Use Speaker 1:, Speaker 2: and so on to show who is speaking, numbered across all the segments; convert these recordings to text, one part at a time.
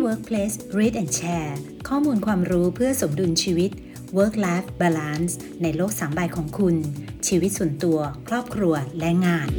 Speaker 1: Workplace Read and Share ข้อมูลความรู้เพื่อสมดุลชีวิต Work-Life Balance ในโลก3 ใบของคุณชีวิตส่วนตัวครอบครัวและงาน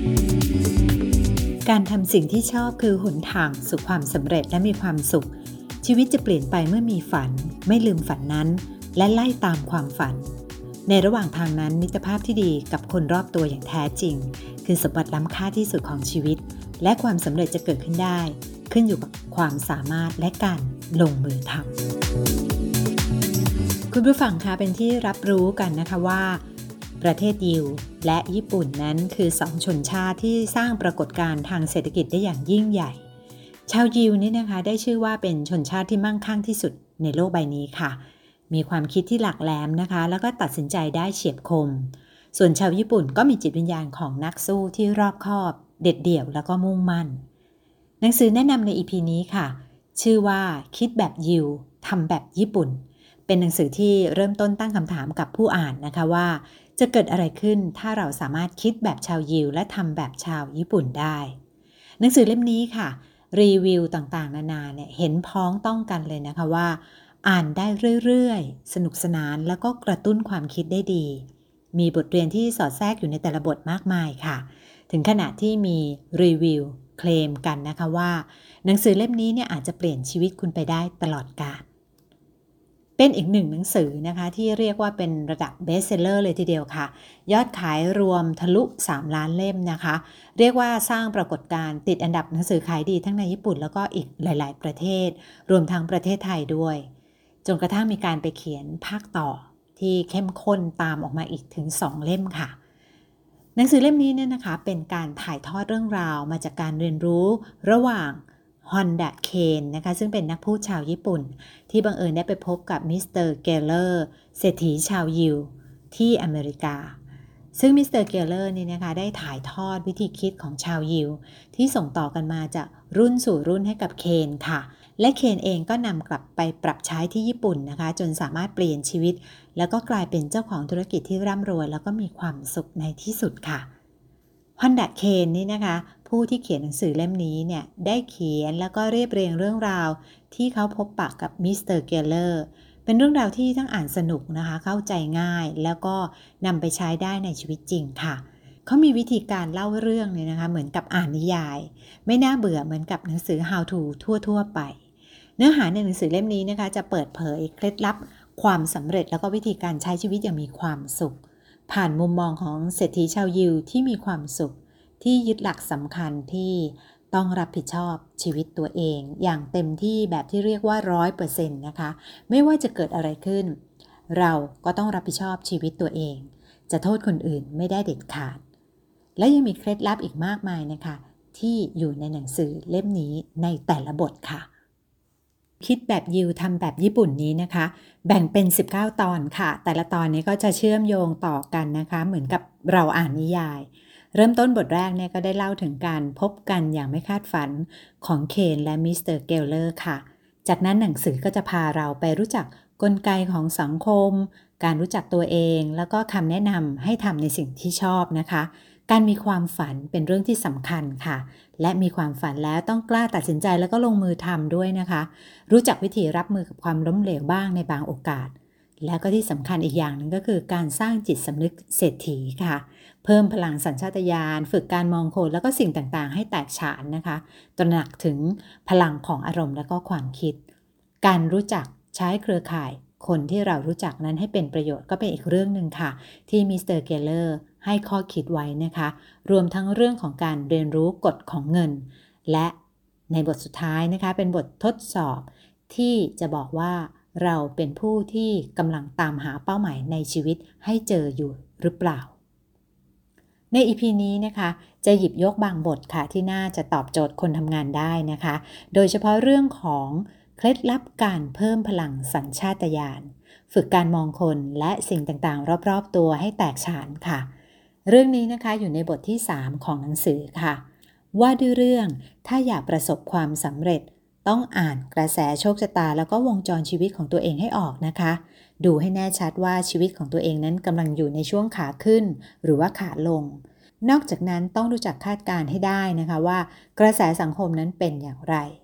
Speaker 1: การทำสิ่งที่ชอบคือหนทางสู่ความสำเร็จและมีความสุขชีวิตจะเปลี่ยนไปเมื่อมีฝันไม่ลืมฝันนั้นและไล่ตามความฝันในระหว่างทางนั้นมิตรภาพที่ดีกับคนรอบตัวอย่างแท้จริงคือสมบัติล้ำค่าที่สุดของชีวิตและความสำเร็จจะเกิดขึ้นได้ขึ้นอยู่กับความสามารถและการลงมือทำคุณผู้ฟังคะเป็นที่รับรู้กันนะคะว่าประเทศยิวและญี่ปุ่นนั้นคือ2ชนชาติที่สร้างปรากฏการณ์ทางเศรษฐกิจได้อย่างยิ่งใหญ่ชาวยิวนี่นะคะได้ชื่อว่าเป็นชนชาติที่มั่งคั่งที่สุดในโลกใบนี้ค่ะมีความคิดที่หลากแหลมนะคะแล้วก็ตัดสินใจได้เฉียบคมส่วนชาวญี่ปุ่นก็มีจิตวิญญาณของนักสู้ที่รอบคอบเด็ดเดี่ยวแล้วก็มุ่งมั่นหนังสือแนะนำใน EP นี้ค่ะชื่อว่าคิดแบบยิวทำแบบญี่ปุ่นเป็นหนังสือที่เริ่มต้นตั้งคำถามกับผู้อ่านนะคะว่าจะเกิดอะไรขึ้นถ้าเราสามารถคิดแบบชาวยิวและทำแบบชาวญี่ปุ่นได้หนังสือเล่มนี้ค่ะรีวิวต่างๆนานาเนี่ยเห็นพ้องต้องกันเลยนะคะว่าอ่านได้เรื่อยๆสนุกสนานแล้วก็กระตุ้นความคิดได้ดีมีบทเรียนที่สอดแทรกอยู่ในแต่ละบทมากมายค่ะถึงขนาดที่มีรีวิวเคลมกันนะคะว่าหนังสือเล่มนี้เนี่ยอาจจะเปลี่ยนชีวิตคุณไปได้ตลอดกาลเป็นอีกหนึ่งหนังสือนะคะที่เรียกว่าเป็นระดับเบสเซลเลอร์เลยทีเดียวค่ะยอดขายรวมทะลุ3 ล้านเล่มนะคะเรียกว่าสร้างปรากฏการณ์ติดอันดับหนังสือขายดีทั้งในญี่ปุ่นแล้วก็อีกหลายๆประเทศรวมทั้งประเทศไทยด้วยจนกระทั่งมีการไปเขียนภาคต่อที่เข้มข้นตามออกมาอีกถึง2 เล่มค่ะหนังสือเล่มนี้เนี่ยนะคะเป็นการถ่ายทอดเรื่องราวมาจากการเรียนรู้ระหว่างฮอนดะเคนนะคะซึ่งเป็นนักพูดชาวญี่ปุ่นที่บังเอิญได้ไปพบกับมิสเตอร์เกลเลอร์เศรษฐีชาวยิวที่อเมริกาซึ่งมิสเตอร์เกลเลอร์นี่นะคะได้ถ่ายทอดวิธีคิดของชาวยิวที่ส่งต่อกันมาจากรุ่นสู่รุ่นให้กับเคนค่ะและเคนเองก็นำกลับไปปรับใช้ที่ญี่ปุ่นนะคะจนสามารถเปลี่ยนชีวิตแล้วก็กลายเป็นเจ้าของธุรกิจที่ร่ำรวยแล้วก็มีความสุขในที่สุดค่ะฮอนดะเคนนี่นะคะผู้ที่เขียนหนังสือเล่มนี้เนี่ยได้เขียนแล้วก็เรียบเรียงเรื่องราวที่เขาพบปะกับมิสเตอร์เกลเลอร์เป็นเรื่องราวที่ทั้งอ่านสนุกนะคะเข้าใจง่ายแล้วก็นำไปใช้ได้ในชีวิตจริงค่ะเขามีวิธีการเล่าเรื่องเนี่ยนะคะเหมือนกับอ่านนิยายไม่น่าเบื่อเหมือนกับหนังสือ How to ทั่วไปเนื้อหาในหนังสือเล่มนี้นะคะจะเปิดเผยเคล็ดลับความสำเร็จแล้วก็วิธีการใช้ชีวิตอย่างมีความสุขผ่านมุมมองของเศรษฐีชาวยิวที่มีความสุขที่ยึดหลักสำคัญที่ต้องรับผิดชอบชีวิตตัวเองอย่างเต็มที่แบบที่เรียกว่า 100% นะคะไม่ว่าจะเกิดอะไรขึ้นเราก็ต้องรับผิดชอบชีวิตตัวเองจะโทษคนอื่นไม่ได้เด็ดขาดและยังมีเคล็ดลับอีกมากมายนะคะที่อยู่ในหนังสือเล่มนี้ในแต่ละบทค่ะคิดแบบยิวทำแบบญี่ปุ่นนี้นะคะแบ่งเป็น19 ตอนค่ะแต่ละตอนนี้ก็จะเชื่อมโยงต่อกันนะคะเหมือนกับเราอ่านนิยายเริ่มต้นบทแรกเนี่ยก็ได้เล่าถึงการพบกันอย่างไม่คาดฝันของเคนและมิสเตอร์เกลเลอร์ค่ะจากนั้นหนังสือก็จะพาเราไปรู้จักกลไกของสังคมการรู้จักตัวเองแล้วก็คำแนะนำให้ทำในสิ่งที่ชอบนะคะการมีความฝันเป็นเรื่องที่สำคัญค่ะและมีความฝันแล้วต้องกล้าตัดสินใจแล้วก็ลงมือทำด้วยนะคะรู้จักวิธีรับมือกับความล้มเหลวบ้างในบางโอกาสแล้วก็ที่สำคัญอีกอย่างหนึ่งก็คือการสร้างจิตสำนึกเศรษฐีค่ะเพิ่มพลังสัญชาตญาณฝึกการมองคนแล้วก็สิ่งต่างๆให้แตกฉานนะคะตระหนักถึงพลังของอารมณ์และก็ความคิดการรู้จักใช้เครือข่ายคนที่เรารู้จักนั้นให้เป็นประโยชน์ก็เป็นอีกเรื่องหนึ่งค่ะที่มิสเตอร์เกลเลอร์ให้ข้อคิดไว้นะคะรวมทั้งเรื่องของการเรียนรู้กฎของเงินและในบทสุดท้ายนะคะเป็นบททดสอบที่จะบอกว่าเราเป็นผู้ที่กำลังตามหาเป้าหมายในชีวิตให้เจออยู่หรือเปล่าใน EP นี้นะคะจะหยิบยกบางบทค่ะที่น่าจะตอบโจทย์คนทำงานได้นะคะโดยเฉพาะเรื่องของเคล็ดลับการเพิ่มพลังสัญชาตญาณฝึกการมองคนและสิ่งต่างๆรอบๆตัวให้แตกฉานค่ะเรื่องนี้นะคะอยู่ในบทที่3ของหนังสือค่ะว่าด้วยเรื่องถ้าอยากประสบความสำเร็จต้องอ่านกระแสโชคชะตาแล้วก็วงจรชีวิตของตัวเองให้ออกนะคะดูให้แน่ชัดว่าชีวิตของตัวเองนั้นกำลังอยู่ในช่วงขาขึ้นหรือว่าขาลงนอกจากนั้นต้องรู้จักคาดการณ์ให้ได้นะคะว่ากระแสสังคมนั้นเป็นอย่างไร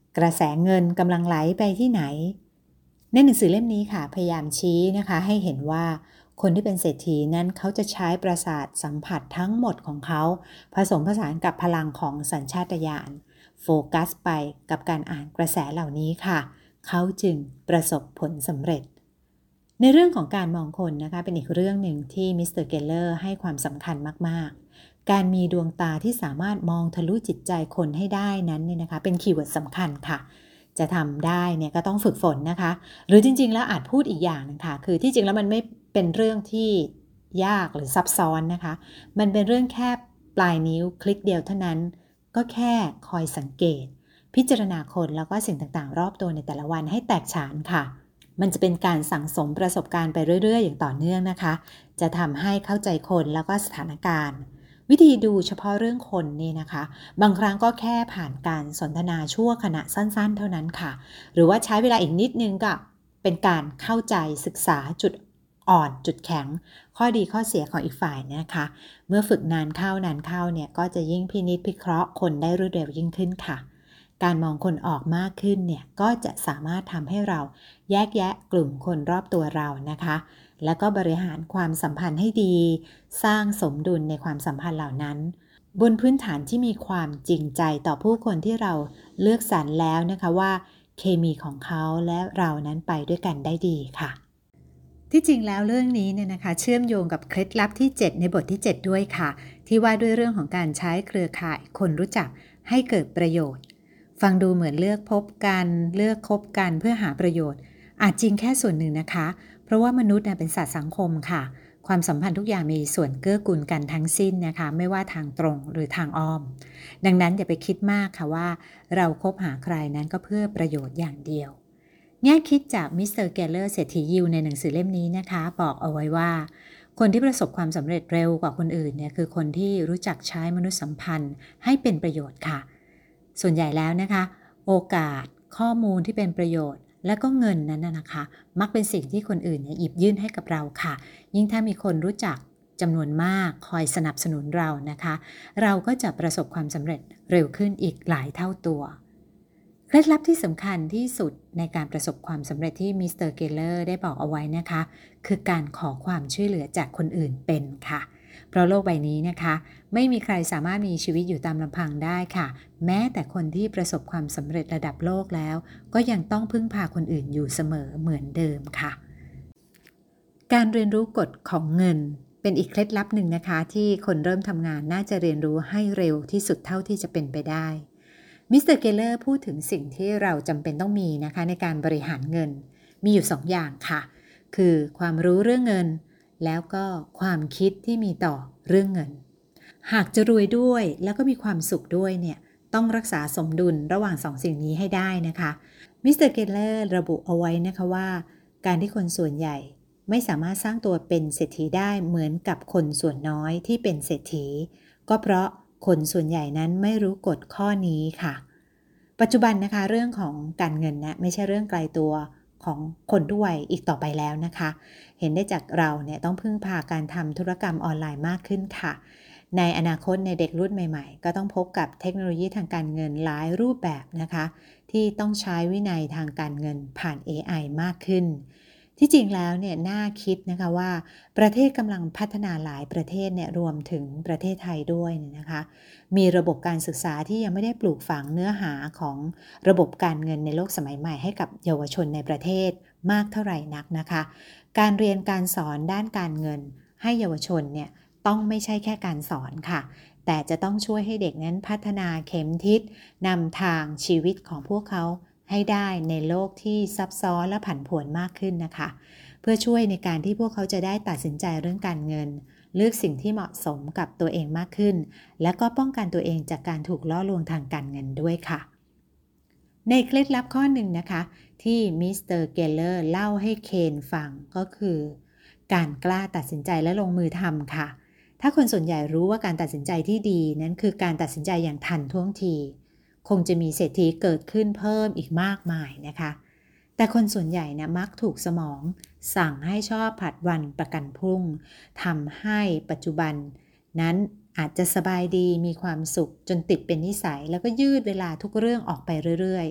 Speaker 1: กระแสเงินกำลังไหลไปที่ไหนในหนังสือเล่มนี้ค่ะพยายามชี้นะคะให้เห็นว่าคนที่เป็นเศรษฐีนั้นเขาจะใช้ประสาทสัมผัสทั้งหมดของเขาผสมผสานกับพลังของสัญชาตญาณโฟกัสไปกับการอ่านกระแสเหล่านี้ค่ะเขาจึงประสบผลสำเร็จในเรื่องของการมองคนนะคะเป็นอีกเรื่องหนึ่งที่มิสเตอร์เกลเลอร์ให้ความสำคัญมากๆการมีดวงตาที่สามารถมองทะลุจิตใจคนให้ได้นั้นเนี่ยนะคะเป็นคีย์เวิร์ดสำคัญค่ะจะทำได้เนี่ยก็ต้องฝึกฝนนะคะหรือจริงๆแล้วอาจพูดอีกอย่างนึงค่ะคือที่จริงแล้วมันไม่เป็นเรื่องที่ยากหรือซับซ้อนนะคะมันเป็นเรื่องแค่ปลายนิ้วคลิกเดียวเท่านั้นก็แค่คอยสังเกตพิจารณาคนแล้วก็สิ่งต่างๆรอบตัวในแต่ละวันให้แตกฉานค่ะมันจะเป็นการสั่งสมประสบการณ์ไปเรื่อยๆอย่างต่อเนื่องนะคะจะทำให้เข้าใจคนแล้วก็สถานการณ์วิธีดูเฉพาะเรื่องคนนี่นะคะบางครั้งก็แค่ผ่านการสนทนาชั่วขณะสั้นๆเท่านั้นค่ะหรือว่าใช้เวลาอีกนิดนึงก็เป็นการเข้าใจศึกษาจุดอ่อนจุดแข็งข้อดีข้อเสียของอีกฝ่ายนะคะเมื่อฝึกนานเข้าเนี่ยก็จะยิ่งพินิจพิเคราะห์คนได้รวดเร็วยิ่งขึ้นค่ะการมองคนออกมากขึ้นเนี่ยก็จะสามารถทำให้เราแยกแยะกลุ่มคนรอบตัวเรานะคะแล้วก็บริหารความสัมพันธ์ให้ดีสร้างสมดุลในความสัมพันธ์เหล่านั้นบนพื้นฐานที่มีความจริงใจต่อผู้คนที่เราเลือกสรรแล้วนะคะว่าเคมีของเขาและเรานั้นไปด้วยกันได้ดีค่ะที่จริงแล้วเรื่องนี้เนี่ยนะคะเชื่อมโยงกับเคล็ดลับที่7ในบทที่7ด้วยค่ะที่ว่าด้วยเรื่องของการใช้เครือข่ายคนรู้จักให้เกิดประโยชน์ฟังดูเหมือนเลือกคบกันเพื่อหาประโยชน์อาจจริงแค่ส่วนหนึ่งนะคะเพราะว่ามนุษย์เป็นสัตว์สังคมค่ะความสัมพันธ์ทุกอย่างมีส่วนเกื้อกูลกันทั้งสิ้นนะคะไม่ว่าทางตรงหรือทางอ้อมดังนั้นอย่าไปคิดมากค่ะว่าเราคบหาใครนั้นก็เพื่อประโยชน์อย่างเดียวแง่คิดจากมิสเตอร์เกลเลอร์เศรษฐียิวในหนังสือเล่มนี้นะคะบอกเอาไว้ว่าคนที่ประสบความสำเร็จเร็วกว่าคนอื่นเนี่ยคือคนที่รู้จักใช้มนุษยสัมพันธ์ให้เป็นประโยชน์ค่ะส่วนใหญ่แล้วนะคะโอกาสข้อมูลที่เป็นประโยชน์และก็เงินนั้นนะคะมักเป็นสิ่งที่คนอื่นหยิบยื่นให้กับเราค่ะยิ่งถ้ามีคนรู้จักจำนวนมากคอยสนับสนุนเรานะคะเราก็จะประสบความสำเร็จเร็วขึ้นอีกหลายเท่าตัวเคล็ดลับที่สำคัญที่สุดในการประสบความสำเร็จที่มิสเตอร์เกลเลอร์ได้บอกเอาไว้นะคะคือการขอความช่วยเหลือจากคนอื่นเป็นค่ะเพราะโลกใบนี้นะคะไม่มีใครสามารถมีชีวิตอยู่ตามลำพังได้ค่ะแม้แต่คนที่ประสบความสำเร็จระดับโลกแล้วก็ยังต้องพึ่งพาคนอื่นอยู่เสมอเหมือนเดิมค่ะการเรียนรู้กฎของเงินเป็นอีกเคล็ดลับหนึ่งนะคะที่คนเริ่มทำงานน่าจะเรียนรู้ให้เร็วที่สุดเท่าที่จะเป็นไปได้มิสเตอร์เกลเลอร์พูดถึงสิ่งที่เราจำเป็นต้องมีนะคะในการบริหารเงินมีอยู่2 อย่างค่ะคือความรู้เรื่องเงินแล้วก็ความคิดที่มีต่อเรื่องเงินหากจะรวยด้วยแล้วก็มีความสุขด้วยเนี่ยต้องรักษาสมดุลระหว่าง2 สิ่งนี้ให้ได้นะคะมิสเตอร์เกลเลอร์ระบุเอาไว้นะคะว่าการที่คนส่วนใหญ่ไม่สามารถสร้างตัวเป็นเศรษฐีได้เหมือนกับคนส่วนน้อยที่เป็นเศรษฐีก็เพราะคนส่วนใหญ่นั้นไม่รู้กฎข้อนี้ค่ะปัจจุบันนะคะเรื่องของการเงินนะไม่ใช่เรื่องไกลตัวของคนทั่วไปอีกต่อไปแล้วนะคะเห็นได้จากเราเนี่ยต้องพึ่งพาการทำธุรกรรมออนไลน์มากขึ้นค่ะในอนาคตในเด็กรุ่นใหม่ๆก็ต้องพบกับเทคโนโลยีทางการเงินหลายรูปแบบนะคะที่ต้องใช้วินัยทางการเงินผ่าน AI มากขึ้นที่จริงแล้วเนี่ยน่าคิดนะคะว่าประเทศกำลังพัฒนาหลายประเทศเนี่ยรวมถึงประเทศไทยด้วยนะคะมีระบบการศึกษาที่ยังไม่ได้ปลูกฝังเนื้อหาของระบบการเงินในโลกสมัยใหม่ให้กับเยาวชนในประเทศมากเท่าไหร่นักนะคะการเรียนการสอนด้านการเงินให้เยาวชนเนี่ยต้องไม่ใช่แค่การสอนค่ะแต่จะต้องช่วยให้เด็กนั้นพัฒนาเข็มทิศนำทางชีวิตของพวกเขาให้ได้ในโลกที่ซับซ้อนและผันผวนมากขึ้นนะคะเพื่อช่วยในการที่พวกเขาจะได้ตัดสินใจเรื่องการเงินเลือกสิ่งที่เหมาะสมกับตัวเองมากขึ้นและก็ป้องกันตัวเองจากการถูกล่อลวงทางการเงินด้วยค่ะในเคล็ดลับข้อหนึ่งนะคะที่มิสเตอร์เกลเลอร์เล่าให้เคนฟังก็คือการกล้าตัดสินใจและลงมือทำค่ะถ้าคนส่วนใหญ่รู้ว่าการตัดสินใจที่ดีนั้นคือการตัดสินใจอย่างทันท่วงทีคงจะมีเศรษฐีเกิดขึ้นเพิ่มอีกมากมายนะคะแต่คนส่วนใหญ่นะมักถูกสมองสั่งให้ชอบผัดวันประกันพรุ่งทำให้ปัจจุบันนั้นอาจจะสบายดีมีความสุขจนติดเป็นนิสัยแล้วก็ยืดเวลาทุกเรื่องออกไปเรื่อย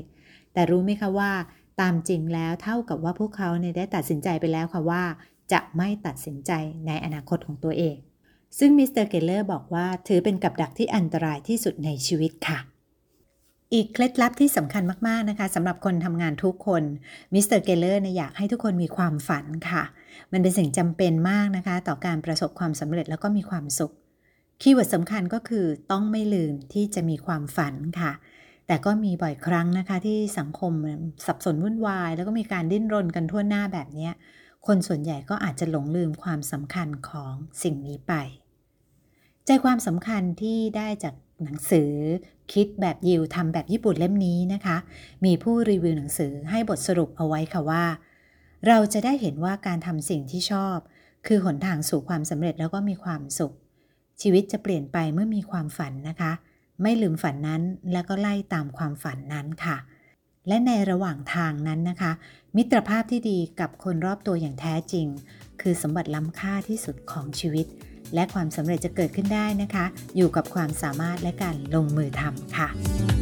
Speaker 1: แต่รู้ไหมคะว่าตามจริงแล้วเท่ากับว่าพวกเขาเนี่ยได้ตัดสินใจไปแล้วค่ะว่าจะไม่ตัดสินใจในอนาคตของตัวเองซึ่งมิสเตอร์เกลเลอร์บอกว่าถือเป็นกับดักที่อันตรายที่สุดในชีวิตค่ะอีกเคล็ดลับที่สำคัญมากๆนะคะสำหรับคนทำงานทุกคนมิสเตอร์เกลเลอร์อยากให้ทุกคนมีความฝันค่ะมันเป็นสิ่งจำเป็นมากนะคะต่อการประสบความสำเร็จแล้วก็มีความสุขคีย์เวิร์ดสำคัญก็คือต้องไม่ลืมที่จะมีความฝันค่ะแต่ก็มีบ่อยครั้งนะคะที่สังคมสับสนวุ่นวายแล้วก็มีการดิ้นรนกันทั่วหน้าแบบนี้คนส่วนใหญ่ก็อาจจะหลงลืมความสำคัญของสิ่งนี้ไปใจความสำคัญที่ได้จากหนังสือคิดแบบยิวทำแบบญี่ปุ่นเล่มนี้นะคะมีผู้รีวิวหนังสือให้บทสรุปเอาไว้ค่ะว่าเราจะได้เห็นว่าการทำสิ่งที่ชอบคือหนทางสู่ความสำเร็จแล้วก็มีความสุขชีวิตจะเปลี่ยนไปเมื่อมีความฝันนะคะไม่ลืมฝันนั้นแล้วก็ไล่ตามความฝันนั้นค่ะและในระหว่างทางนั้นนะคะมิตรภาพที่ดีกับคนรอบตัวอย่างแท้จริงคือสมบัติล้ำค่าที่สุดของชีวิตและความสำเร็จจะเกิดขึ้นได้นะคะอยู่กับความสามารถและการลงมือทำค่ะ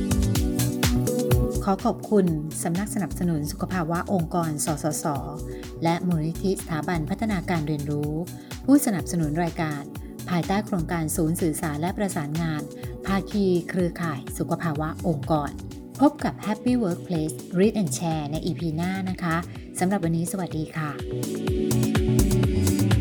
Speaker 1: ขอขอบคุณสำนักสนับสนุนสุขภาวะองค์กรสสสและมูลนิธิสถาบันพัฒนาการเรียนรู้ผู้สนับสนุนรายการภายใต้โครงการศูนย์สื่อสารและประสานงานภาคีเครือข่ายสุขภาวะองค์กรพบกับ Happy Workplace Read and Share ใน EP หน้านะคะสำหรับวันนี้สวัสดีค่ะ